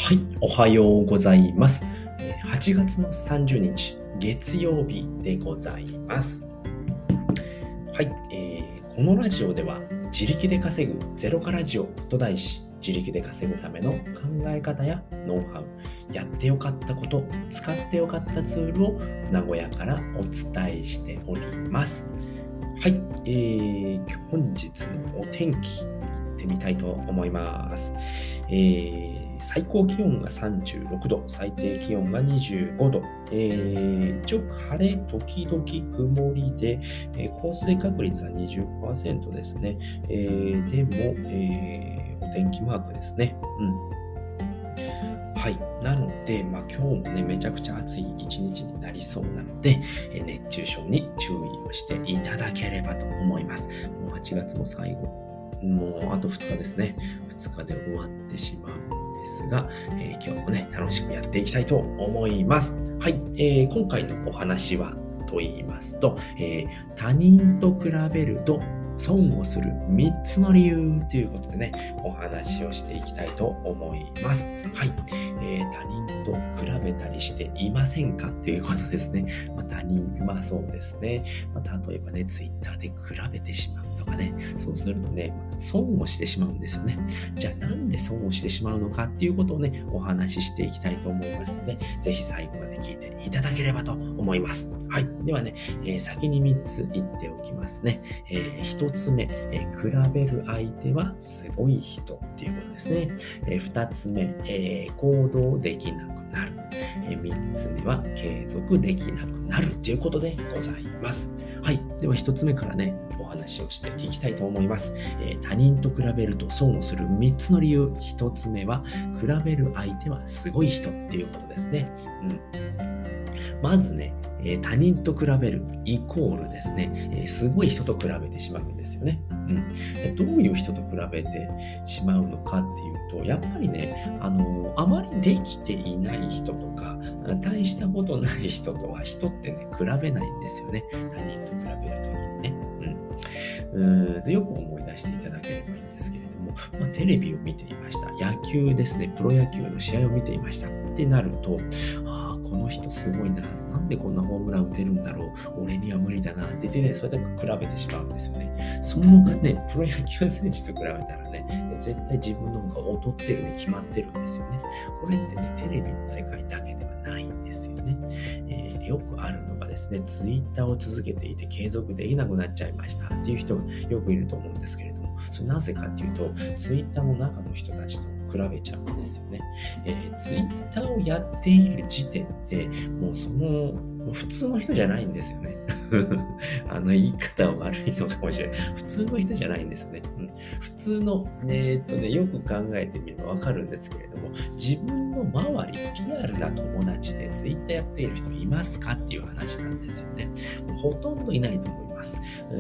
はい、おはようございます。8月の30日、月曜日でございます。はい、このラジオでは自力で稼ぐゼロからジオと題し、自力で稼ぐための考え方やノウハウ、やってよかったこと、使ってよかったツールを名古屋からお伝えしております。はい、本日のお天気いってみたいと思います。最高気温が36度、最低気温が25度、一応晴れ時々曇りで、降水確率は 20% ですね。でも、お天気マークですね。はい。なので、今日もね、めちゃくちゃ暑い一日になりそうなので、熱中症に注意をしていただければと思います。もう8月も最後、もうあと2日ですね。2日で終わってしまうんですが、今日もね、楽しくやっていきたいと思います。はい。今回のお話はと言いますと、他人と比べると損をする3つの理由ということでね、お話をしていきたいと思います。はい。他人と比べたりしていませんかということですね。他人、そうですね。例えばね、ツイッターで比べてしまうとかね、そうするとね、損をしてしまうんですよね。じゃあなんで損をしてしまうのかっていうことをね、お話ししていきたいと思いますので、ぜひ最後まで聞いていただければと思います。はい。ではね、先に3つ言っておきますね。1つ目、比べる相手はすごい人っていうことですね。2つ目、行動できなくなる。3つ目は継続できなくなるということでございます。はい。では1つ目からね、お話をしていきたいと思います。他人と比べると損をする3つの理由。1つ目は、比べる相手はすごい人っていうことですね。まずね、他人と比べるイコールですね、すごい人と比べてしまうんですよね。どういう人と比べてしまうのかっていうと、やっぱりね、あまりできていない人とか、大したことない人とは人ってね、比べないんですよね。他人と比べるときにね。よく思い出していただければいいんですけれども、テレビを見ていました。野球ですね、プロ野球の試合を見ていましたってなると、この人すごいな、なんでこんなホームラン打てるんだろう、俺には無理だなって言ってね、それで比べてしまうんですよね。そのね、プロ野球選手と比べたらね、絶対自分の方が劣ってるに決まってるんですよね。これってね、テレビの世界だけではないんですよね。よくあるのがですね、ツイッターを続けていて継続できなくなっちゃいましたっていう人がよくいると思うんですけれども、それなぜかっていうと、ツイッターの中の人たちと比べちゃうんですよね。ツイッターをやっている時点で、もう普通の人じゃないんですよね。言い方は悪いのかもしれない。普通の人じゃないんですよね。普通の、よく考えてみればわかるんですけれども、自分の周り、リアルな友達でツイッターやっている人いますかっていう話なんですよね。ほとんどいないと思います。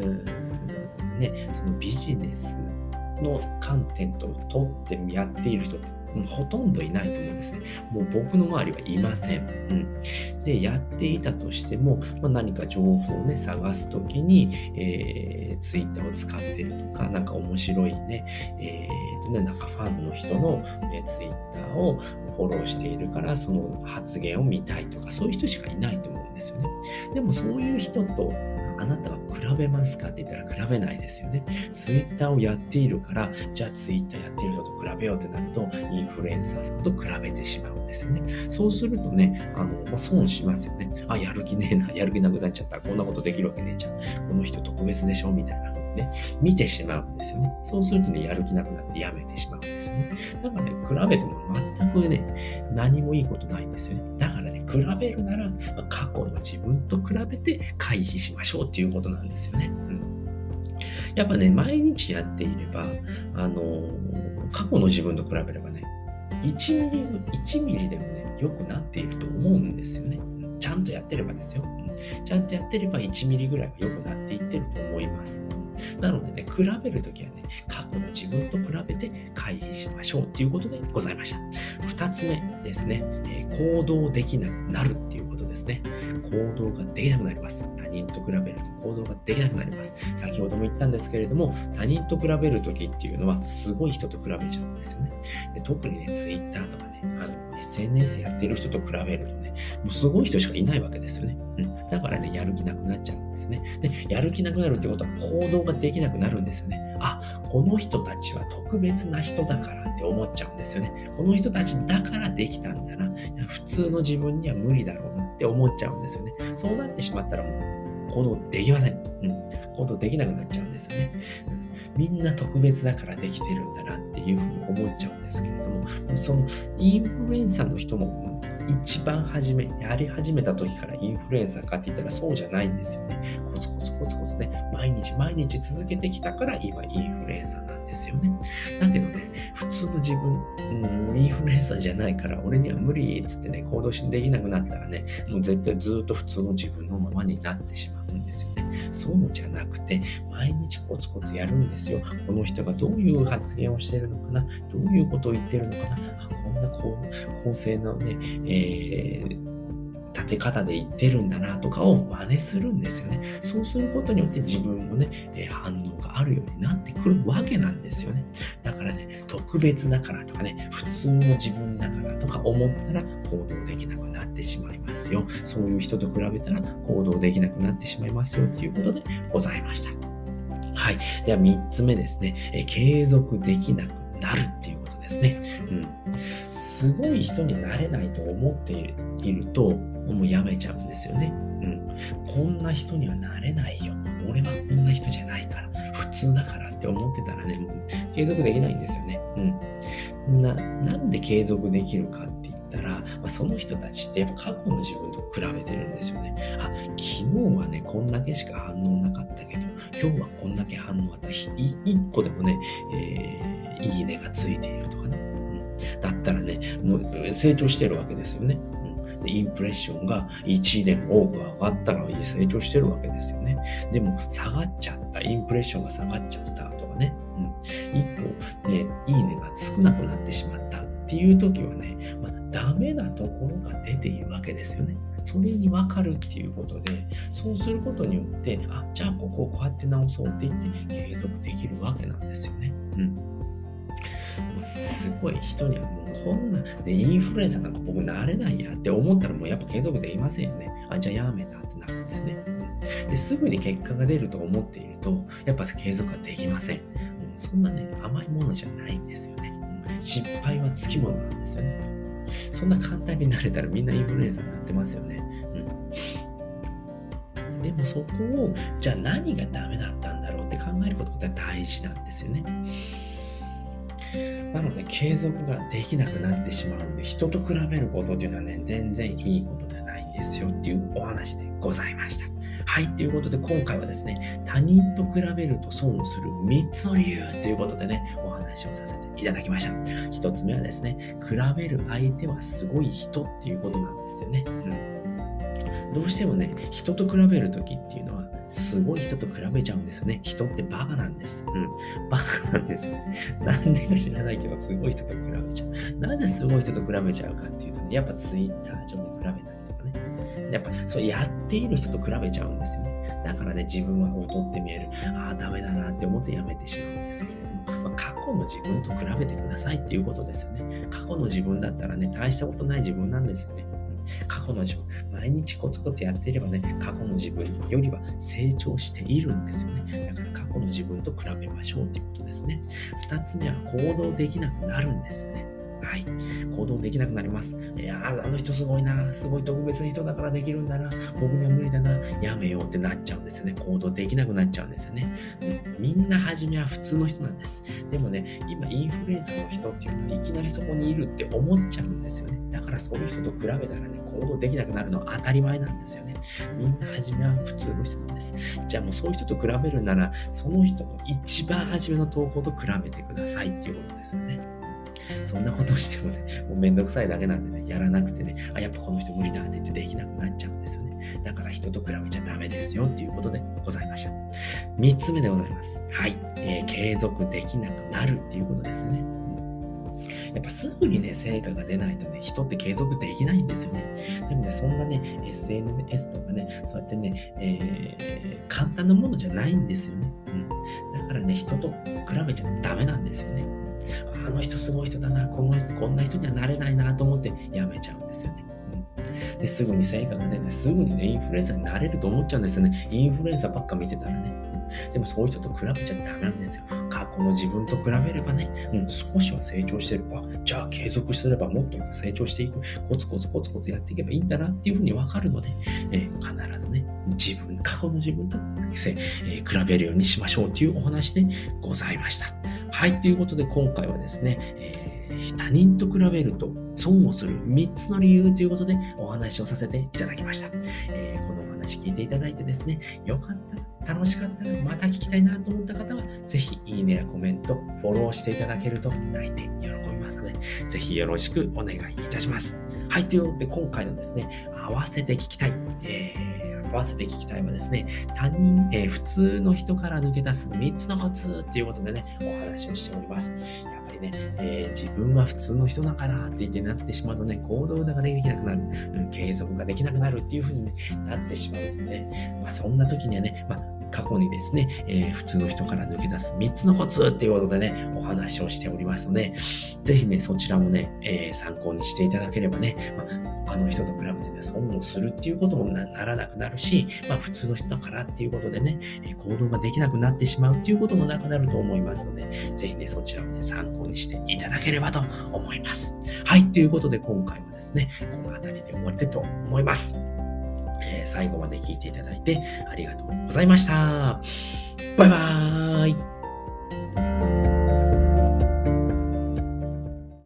そのビジネスの観点と取ってやっている人ってほとんどいないと思うんですね。もう僕の周りはいません。で、やっていたとしても、何か情報をね、探すときに、ツイッターを使っているとか、なんか面白いね、なんかファンの人の、ツイッターをフォローしているから、その発言を見たいとか、そういう人しかいないと思うんですよね。でもそういう人と、あなたは比べますかって言ったら比べないですよね。ツイッターをやっているから、じゃあツイッターやっている人と比べようってなると、インフルエンサーさんと比べてしまうんですよね。そうするとね、損しますよね。やる気ねえな、やる気なくなっちゃった、こんなことできるわけねえじゃん。この人特別でしょみたいなのね、見てしまうんですよね。そうするとね、やる気なくなってやめてしまうんですよね。だからね、比べても全くね、何もいいことないんですよね。だからね、比べるなら、過去の自分と比べて回避しましょうっていうことなんですよね。やっぱね、毎日やっていれば、過去の自分と比べればね、1ミリでもね、良くなっていると思うんですよね。ちゃんとやってればですよ。 ちゃんとやってれば1ミリぐらいは良くなっていってると思います。なのでね、比べるときはね、過去の自分と比べて回避しましょうということでございました。2つ目ですね、行動できなくなるっていうことですね。行動ができなくなります。他人と比べると行動ができなくなります。先ほども言ったんですけれども、他人と比べるときっていうのはすごい人と比べちゃうんですよね。で特にね、Twitter とかね、SNS やってる人と比べるとね、もうすごい人しかいないわけですよね。だからね、やる気なくなっちゃうんですね。で、やる気なくなるってことは行動ができなくなるんですよね。この人たちは特別な人だからって思っちゃうんですよね。この人たちだからできたんだな。普通の自分には無理だろうなって思っちゃうんですよね。そうなってしまったらもう行動できません。行動できなくなっちゃうんですよね。みんな特別だからできてるんだなっていうふうに思っちゃうんですけれども、そのインフルエンサーの人も一番初め、やり始めた時からインフルエンサーかって言ったらそうじゃないんですよね。コツコツコツコツね、毎日続けてきたから今インフルエンサーなんですよね。だけどね、普通の自分、インフルエンサーじゃないから俺には無理っつってね、行動できなくなったらね、もう絶対ずっと普通の自分のままになってしまうんですよね。そうじゃなくて、毎日コツコツやるんですよ。この人がどういう発言をしているのかな、どういうことを言っているのかな、こんな構成のね、立て方で言ってるんだなとかを真似するんですよね。そうすることによって自分もね、反応があるようになってくるわけなんですよね。だからね、特別だからとかね、普通の自分だからとか思ったら行動できなくなってしまいますよ。そういう人と比べたら行動できなくなってしまいますよということでございました。はい。では3つ目ですね、継続できなくなるっていうことですね。すごい人になれないと思っていると、もうやめちゃうんですよね。こんな人にはなれないよ。俺はこんな人じゃないから、普通だからって思ってたらね、もう継続できないんですよね。なんで継続できるかって言ったら、その人たちってやっぱ過去の自分と比べてるんですよね。昨日はね、こんだけしか反応なかったけど、今日はこんだけ反応あった。1個でもね、いいねがついているとかね。だったらね、もう成長してるわけですよね。インプレッションが1でも多く上がったら成長してるわけですよね。でも下がっちゃった、インプレッションが下がっちゃったとかね、1個ね、いいねが少なくなってしまったっていう時はね、ダメなところが出ているわけですよね。それに分かるっていうことで、そうすることによって、じゃあここをこうやって直そうって言って継続できるわけなんですよね。すごい人にはもうこんな、インフルエンサーなんか僕なれないやって思ったらもうやっぱ継続できませんよね。じゃあやめたってなるんですね。ですぐに結果が出ると思っていると、やっぱ継続はできません。そんなね、甘いものじゃないんですよね。失敗はつきものなんですよね。そんな簡単になれたらみんなインフルエンサーになってますよね。でもそこを、じゃあ何がダメだったんだろうって考えることが大事なんですよね。なので継続ができなくなってしまうので、人と比べることっていうのはね、全然いいことではないんですよっていうお話でございました。はい、ということで今回はですね、他人と比べると損をする3つの理由ということでね、お話をさせていただきました。1つ目はですね、比べる相手はすごい人っていうことなんですよね。どうしてもね、人と比べるときっていうのは、すごい人と比べちゃうんですよね。人ってバカなんです。バカなんですよね。なんでか知らないけど、すごい人と比べちゃう。なぜすごい人と比べちゃうかっていうとね、やっぱツイッター上で比べたりとかね。やっぱそうやっている人と比べちゃうんですよね。だからね、自分は劣って見える。ダメだなって思ってやめてしまうんですけれども、過去の自分と比べてくださいっていうことですよね。過去の自分だったらね、大したことない自分なんですよね。過去の自分、毎日コツコツやっていればね、過去の自分よりは成長しているんですよね。だから過去の自分と比べましょうということですね。2つ目は行動できなくなるんですよね。はい。行動できなくなります。あの人すごいな。すごい特別な人だからできるんだな。僕には無理だな。やめようってなっちゃうんですよね。行動できなくなっちゃうんですよね。みんな初めは普通の人なんです。でもね、今インフルエンサーの人っていうのはいきなりそこにいるって思っちゃうんですよね。だからそういう人と比べたらね、行動できなくなるのは当たり前なんですよね。みんな初めは普通の人なんです。じゃあもうそういう人と比べるなら、その人の一番初めの投稿と比べてくださいっていうことですよね。 そんなことをしてもね、もうめんどくさいだけなんでね、やらなくてね、やっぱこの人無理だって言ってできなくなっちゃうんですよね。だから人と比べちゃダメですよっていうことでございました。3つ目でございます。はい。継続できなくなるっていうことですね。やっぱすぐにね、成果が出ないとね、人って継続できないんですよね。でもね、そんなね、SNS とかね、そうやってね、簡単なものじゃないんですよね。だからね、人と比べちゃダメなんですよね。あの人すごい人だな、こんな人にはなれないなと思ってやめちゃうんですよね。ですぐに成果が出ない、すぐにね、インフルエンサーになれると思っちゃうんですよね。インフルエンサーばっか見てたらね。でもそういう人と比べちゃダメなんですよ。過去の自分と比べればね、少しは成長してる。じゃあ継続すればもっと成長していく。コツコツやっていけばいいんだなっていうふうに分かるので、必ずね、過去の自分と比べるようにしましょうというお話でございました。はい、ということで今回はですね、他人と比べると損をする3つの理由ということでお話をさせていただきました。このお話聞いていただいてですね、よかったら、楽しかったら、また聞きたいなと思った方は、ぜひいいねやコメント、フォローしていただけると大変喜びますので、ぜひよろしくお願いいたします。はい、ということで今回のですね、合わせて聞きたいはですね、普通の人から抜け出す3つのコツっていうことでね、お話をしております。やっぱりね、自分は普通の人だからって言ってなってしまうとね、行動ができなくなる、継続ができなくなるっていう風に、なってしまうのでね、そんな時にはね、過去にですね、普通の人から抜け出す3つのコツっていうことでね、お話をしておりますので、ぜひね、そちらもね、参考にしていただければね、他の人と比べてね、損をするっていうことも ならなくなるし、普通の人だからっていうことでね、行動ができなくなってしまうっていうこともなくなると思いますので、ぜひね、そちらをね、参考にしていただければと思います。はい、ということで今回はですね、この辺りで終わりたいと思います。最後まで聞いていただいてありがとうございました。バイバーイ。